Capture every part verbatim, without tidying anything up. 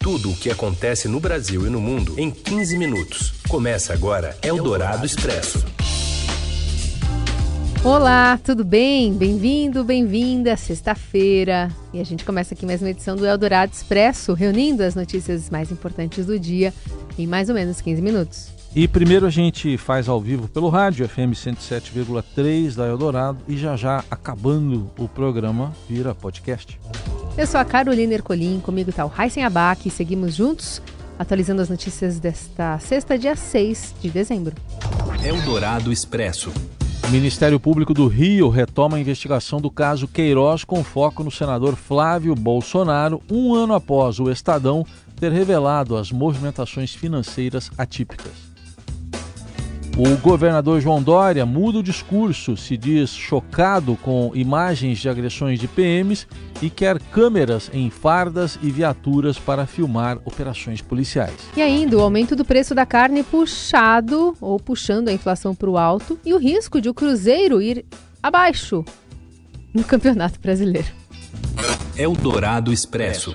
Tudo o que acontece no Brasil e no mundo em quinze minutos. Começa agora Eldorado Expresso. Olá, tudo bem? Bem-vindo, bem-vinda, sexta-feira. E a gente começa aqui mais uma edição do Eldorado Expresso, reunindo as notícias mais importantes do dia em mais ou menos quinze minutos. E primeiro a gente faz ao vivo pelo rádio F M cento e sete vírgula três da Eldorado e já já, acabando o programa, vira podcast. Eu sou a Carolina Ercolim, comigo está o Raíssen Abac e seguimos juntos, atualizando as notícias desta sexta, dia seis de dezembro. Eldorado Expresso. O Ministério Público do Rio retoma a investigação do caso Queiroz com foco no senador Flávio Bolsonaro, um ano após o Estadão ter revelado as movimentações financeiras atípicas. O governador João Dória muda o discurso, se diz chocado com imagens de agressões de P Ms e quer câmeras em fardas e viaturas para filmar operações policiais. E ainda o aumento do preço da carne puxado ou puxando a inflação para o alto e o risco de o Cruzeiro ir abaixo no Campeonato Brasileiro. Eldorado Expresso.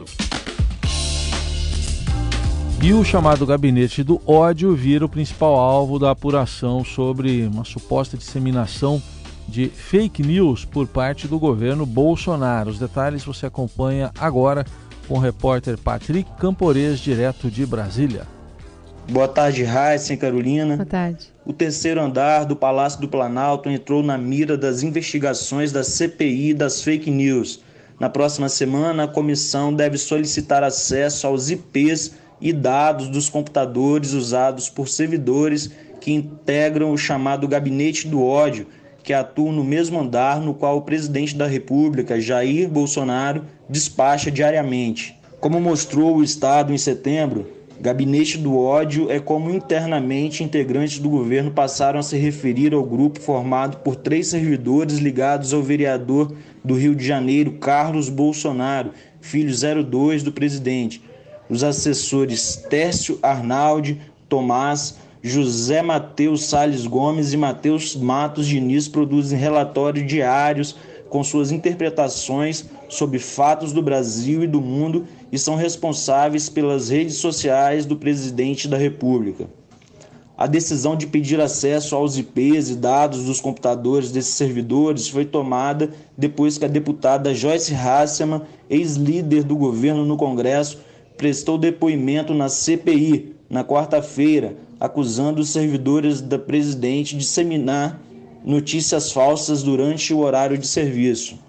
E o chamado Gabinete do Ódio vira o principal alvo da apuração sobre uma suposta disseminação de fake news por parte do governo Bolsonaro. Os detalhes você acompanha agora com o repórter Patrick Campores, direto de Brasília. Boa tarde, Raíssen, Carolina. Boa tarde. O terceiro andar do Palácio do Planalto entrou na mira das investigações da C P I das fake news. Na próxima semana, a comissão deve solicitar acesso aos I Ps e dados dos computadores usados por servidores que integram o chamado Gabinete do Ódio, que atua no mesmo andar no qual o presidente da República, Jair Bolsonaro, despacha diariamente. Como mostrou o Estado em setembro, Gabinete do Ódio é como internamente integrantes do governo passaram a se referir ao grupo formado por três servidores ligados ao vereador do Rio de Janeiro, Carlos Bolsonaro, filho zero dois do presidente. Os assessores Tércio Arnaldi, Tomás, José Matheus Salles Gomes e Matheus Matos Diniz produzem relatórios diários com suas interpretações sobre fatos do Brasil e do mundo e são responsáveis pelas redes sociais do presidente da República. A decisão de pedir acesso aos I Ps e dados dos computadores desses servidores foi tomada depois que a deputada Joyce Hasselmann, ex-líder do governo no Congresso, prestou depoimento na C P I na quarta-feira, acusando os servidores da presidente de disseminar notícias falsas durante o horário de serviço.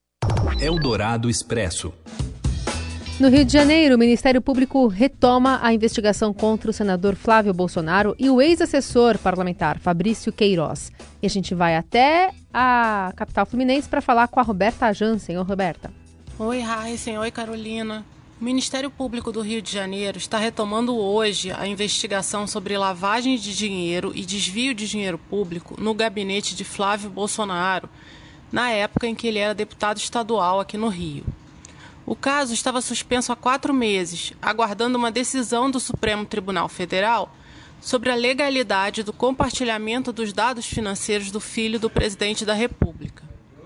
Eldorado Expresso. No Rio de Janeiro, o Ministério Público retoma a investigação contra o senador Flávio Bolsonaro e o ex-assessor parlamentar Fabrício Queiroz. E a gente vai até a capital fluminense para falar com a Roberta Jansen. Oi, Roberta. Oi, Raíssen. Oi, Carolina. O Ministério Público do Rio de Janeiro está retomando hoje a investigação sobre lavagem de dinheiro e desvio de dinheiro público no gabinete de Flávio Bolsonaro, na época em que ele era deputado estadual aqui no Rio. O caso estava suspenso há quatro meses, aguardando uma decisão do Supremo Tribunal Federal sobre a legalidade do compartilhamento dos dados financeiros do filho do presidente da República.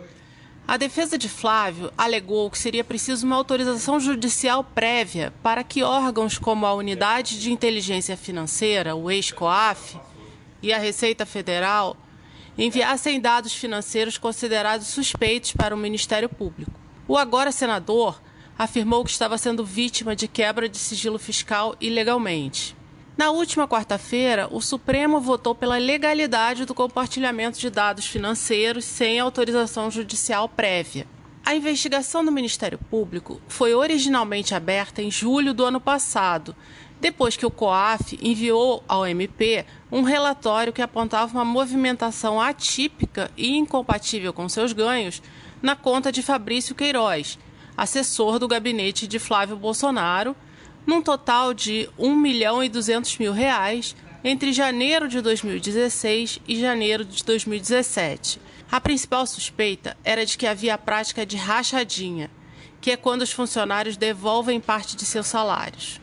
A defesa de Flávio alegou que seria preciso uma autorização judicial prévia para que órgãos como a Unidade de Inteligência Financeira, o ex-COAF, e a Receita Federal enviassem dados financeiros considerados suspeitos para o Ministério Público. O agora senador afirmou que estava sendo vítima de quebra de sigilo fiscal ilegalmente. Na última quarta-feira, o Supremo votou pela legalidade do compartilhamento de dados financeiros sem autorização judicial prévia. A investigação do Ministério Público foi originalmente aberta em julho do ano passado, depois que o COAF enviou ao M P um relatório que apontava uma movimentação atípica e incompatível com seus ganhos na conta de Fabrício Queiroz, assessor do gabinete de Flávio Bolsonaro, num total de um milhão e duzentos mil reais entre janeiro de dois mil e dezesseis e janeiro de dois mil e dezessete. A principal suspeita era de que havia a prática de rachadinha, que é quando os funcionários devolvem parte de seus salários.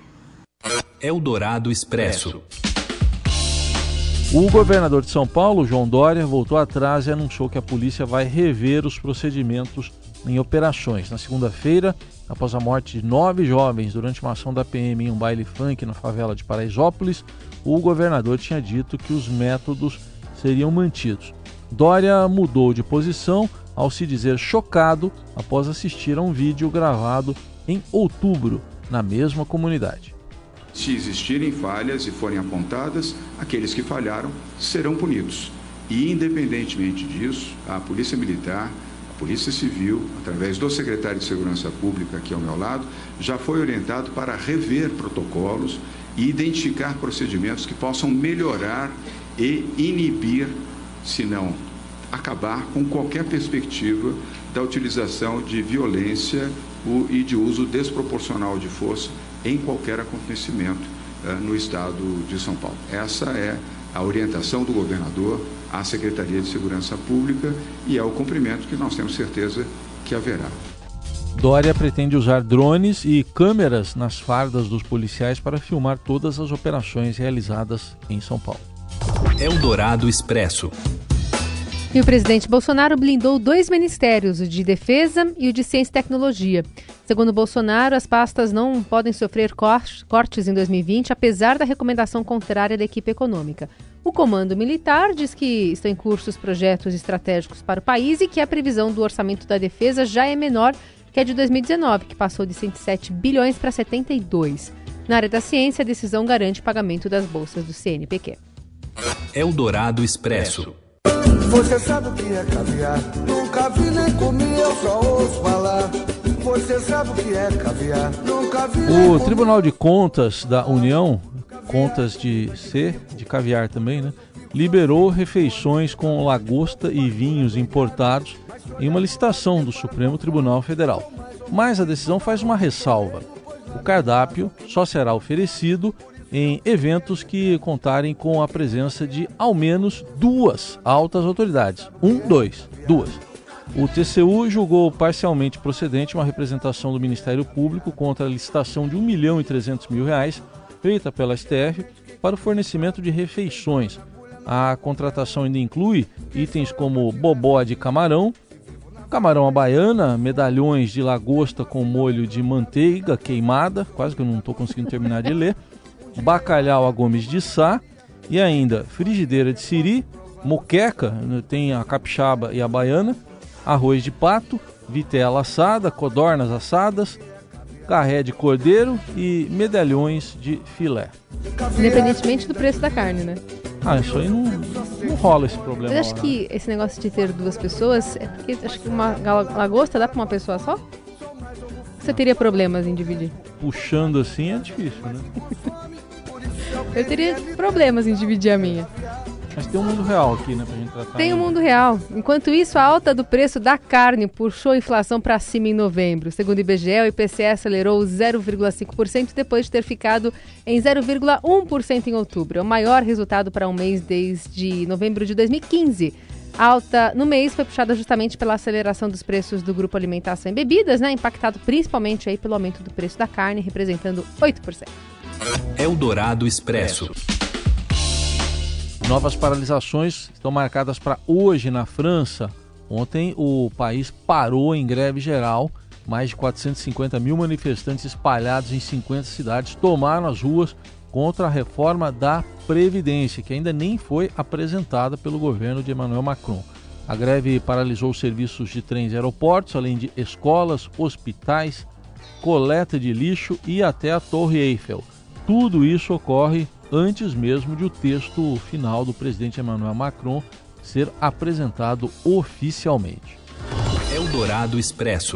Eldorado Expresso. O governador de São Paulo, João Dória, voltou atrás e anunciou que a polícia vai rever os procedimentos em operações. Na segunda-feira, Após a morte de nove jovens durante uma ação da P M em um baile funk na favela de Paraisópolis, o governador tinha dito que os métodos seriam mantidos. Dória mudou de posição ao se dizer chocado após assistir a um vídeo gravado em outubro na mesma comunidade. Se existirem falhas e forem apontadas, aqueles que falharam serão punidos. E, independentemente disso, a Polícia Militar, a Polícia Civil, através do secretário de Segurança Pública aqui ao meu lado, já foi orientado para rever protocolos e identificar procedimentos que possam melhorar e inibir, se não acabar com qualquer perspectiva da utilização de violência e de uso desproporcional de força em qualquer acontecimento uh, no estado de São Paulo. Essa é a orientação do governador à Secretaria de Segurança Pública e é o cumprimento que nós temos certeza que haverá. Dória pretende usar drones e câmeras nas fardas dos policiais para filmar todas as operações realizadas em São Paulo. Eldorado Expresso. E o presidente Bolsonaro blindou dois ministérios, o de Defesa e o de Ciência e Tecnologia. Segundo Bolsonaro, as pastas não podem sofrer cortes em dois mil e vinte, apesar da recomendação contrária da equipe econômica. O Comando Militar diz que estão em curso os projetos estratégicos para o país e que a previsão do orçamento da defesa já é menor que a de dois mil e dezenove, que passou de cento e sete bilhões para setenta e dois. Na área da ciência, a decisão garante o pagamento das bolsas do C N P Q. Eldorado Expresso. Você sabe o que é caviar? Nunca vi nem comi, eu só ouço falar. Você sabe o que é caviar? Nunca vi nem O Tribunal de Contas da União, contas de C, de caviar também, né? Liberou refeições com lagosta e vinhos importados em uma licitação do Supremo Tribunal Federal. Mas a decisão faz uma ressalva. O cardápio só será oferecido em eventos que contarem com a presença de ao menos duas altas autoridades. Um, dois, duas. O T C U julgou parcialmente procedente uma representação do Ministério Público contra a licitação de um milhão e trezentos mil reais feita pela S T F para o fornecimento de refeições. A contratação ainda inclui itens como bobó de camarão, camarão à baiana, medalhões de lagosta com molho de manteiga queimada, quase que eu não estou conseguindo terminar de ler, bacalhau a Gomes de Sá e ainda frigideira de siri, moqueca, tem a capixaba e a baiana, arroz de pato, vitela assada, codornas assadas, carré de cordeiro e medalhões de filé. Independentemente do preço da carne, né? Ah, isso aí não, não rola esse problema. Eu acho que esse negócio de ter duas pessoas é porque acho que uma lagosta dá pra uma pessoa só? Você teria problemas em dividir? Puxando assim é difícil, né? Eu teria problemas em dividir a minha. Mas tem um mundo real aqui, né, pra gente tratar. Tem um mundo real. Enquanto isso, a alta do preço da carne puxou a inflação para cima em novembro. Segundo o I B G E, o I P C acelerou zero vírgula cinco por cento depois de ter ficado em zero vírgula um por cento em outubro. É o maior resultado para um mês desde novembro de dois mil e quinze. A alta no mês foi puxada justamente pela aceleração dos preços do grupo Alimentação e Bebidas, né, impactado principalmente aí pelo aumento do preço da carne, representando oito por cento. Eldorado Expresso. Novas paralisações estão marcadas para hoje na França. Ontem o país parou em greve geral. Mais de quatrocentos e cinquenta mil manifestantes espalhados em cinquenta cidades tomaram as ruas contra a reforma da Previdência, que ainda nem foi apresentada pelo governo de Emmanuel Macron. A greve paralisou os serviços de trens e aeroportos, além de escolas, hospitais, coleta de lixo e até a Torre Eiffel. Tudo isso ocorre antes mesmo de o texto final do presidente Emmanuel Macron ser apresentado oficialmente. Eldorado Expresso.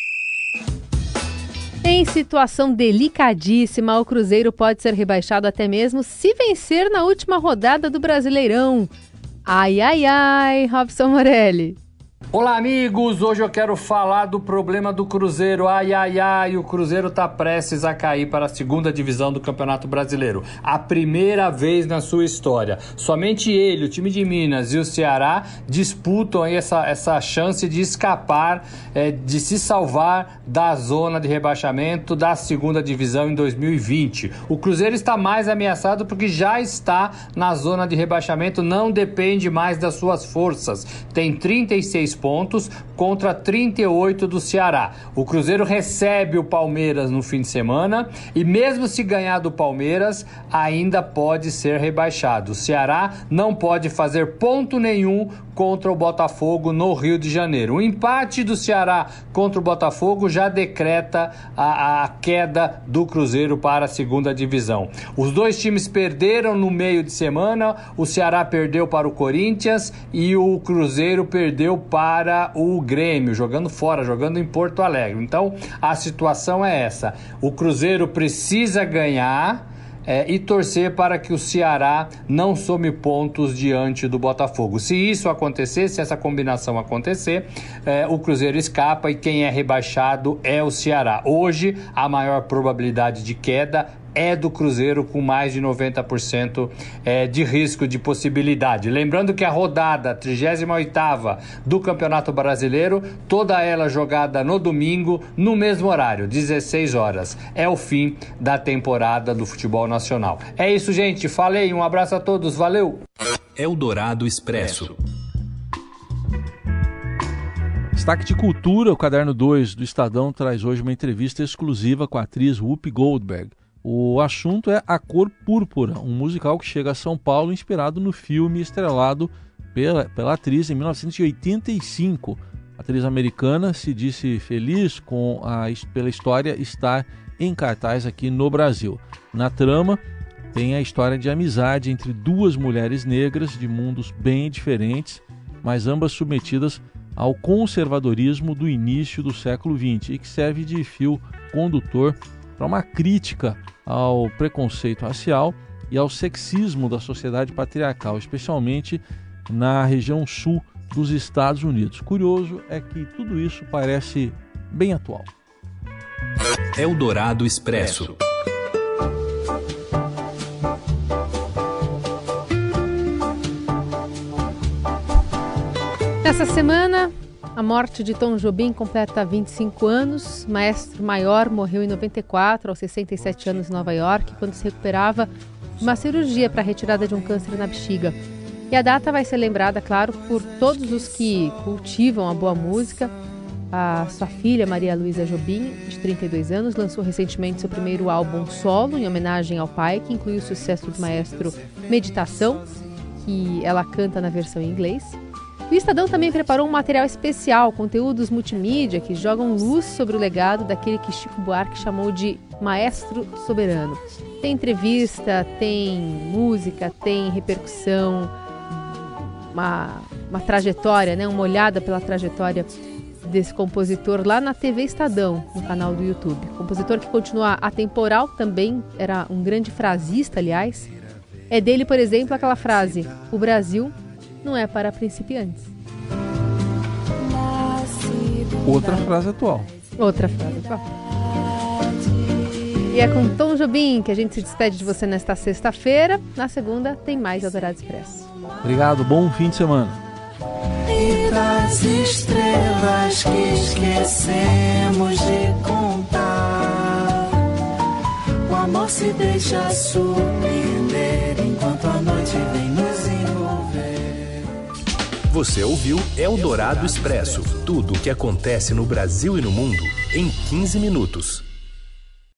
Em situação delicadíssima, o Cruzeiro pode ser rebaixado até mesmo se vencer na última rodada do Brasileirão. Ai, ai, ai, Robson Morelli. Olá, amigos! Hoje eu quero falar do problema do Cruzeiro. Ai, ai, ai, o Cruzeiro está prestes a cair para a segunda divisão do Campeonato Brasileiro. A primeira vez na sua história. Somente ele, o time de Minas e o Ceará disputam aí essa, essa chance de escapar, é, de se salvar da zona de rebaixamento da segunda divisão em dois mil e vinte. O Cruzeiro está mais ameaçado porque já está na zona de rebaixamento, não depende mais das suas forças. Tem trinta e seis pontos contra trinta e oito do Ceará. O Cruzeiro recebe o Palmeiras no fim de semana e mesmo se ganhar do Palmeiras, ainda pode ser rebaixado. O Ceará não pode fazer ponto nenhum contra o Botafogo no Rio de Janeiro. O empate do Ceará contra o Botafogo já decreta a, a queda do Cruzeiro para a segunda divisão. Os dois times perderam no meio de semana, o Ceará perdeu para o Corinthians e o Cruzeiro perdeu para o Grêmio, jogando fora, jogando em Porto Alegre. Então, a situação é essa. O Cruzeiro precisa ganhar É, e torcer para que o Ceará não some pontos diante do Botafogo. Se isso acontecer, se essa combinação acontecer, é, o Cruzeiro escapa e quem é rebaixado é o Ceará. Hoje, a maior probabilidade de queda é do Cruzeiro, com mais de noventa por cento é, de risco de possibilidade. Lembrando que a rodada trigésima oitava do Campeonato Brasileiro, toda ela jogada no domingo, no mesmo horário, dezesseis horas. É o fim da temporada do futebol nacional. É isso, gente. Falei. Um abraço a todos. Valeu! Eldorado Expresso. Destaque de cultura, o Caderno dois do Estadão traz hoje uma entrevista exclusiva com a atriz Whoopi Goldberg. O assunto é A Cor Púrpura, um musical que chega a São Paulo inspirado no filme estrelado pela, pela atriz em mil novecentos e oitenta e cinco. A atriz americana se disse feliz com a, pela história estar em cartaz aqui no Brasil. Na trama tem a história de amizade entre duas mulheres negras de mundos bem diferentes, mas ambas submetidas ao conservadorismo do início do século vinte e que serve de fio condutor para uma crítica ao preconceito racial e ao sexismo da sociedade patriarcal, especialmente na região sul dos Estados Unidos. Curioso é que tudo isso parece bem atual. Eldorado Expresso. Nessa semana, a morte de Tom Jobim completa vinte e cinco anos. Maestro maior morreu em noventa e quatro, aos sessenta e sete anos, em Nova York, quando se recuperava de uma cirurgia para a retirada de um câncer na bexiga. E a data vai ser lembrada, claro, por todos os que cultivam a boa música. A sua filha, Maria Luísa Jobim, de trinta e dois anos, lançou recentemente seu primeiro álbum solo, em homenagem ao pai, que inclui o sucesso do maestro Meditação, que ela canta na versão em inglês. O Estadão também preparou um material especial, conteúdos multimídia que jogam luz sobre o legado daquele que Chico Buarque chamou de Maestro Soberano. Tem entrevista, tem música, tem repercussão, uma, uma trajetória, né? Uma olhada pela trajetória desse compositor lá na T V Estadão, no canal do YouTube. Compositor que continua atemporal, também era um grande frasista, aliás. É dele, por exemplo, aquela frase: o Brasil não é para principiantes. Outra frase atual. Outra frase atual. E é com Tom Jobim que a gente se despede de você nesta sexta-feira. Na segunda tem mais Eldorado Expresso. Obrigado, bom fim de semana. E das estrelas que esquecemos de contar, o amor se deixa surpreender enquanto a noite vem nos envolver. Você ouviu Eldorado Expresso, tudo o que acontece no Brasil e no mundo em quinze minutos.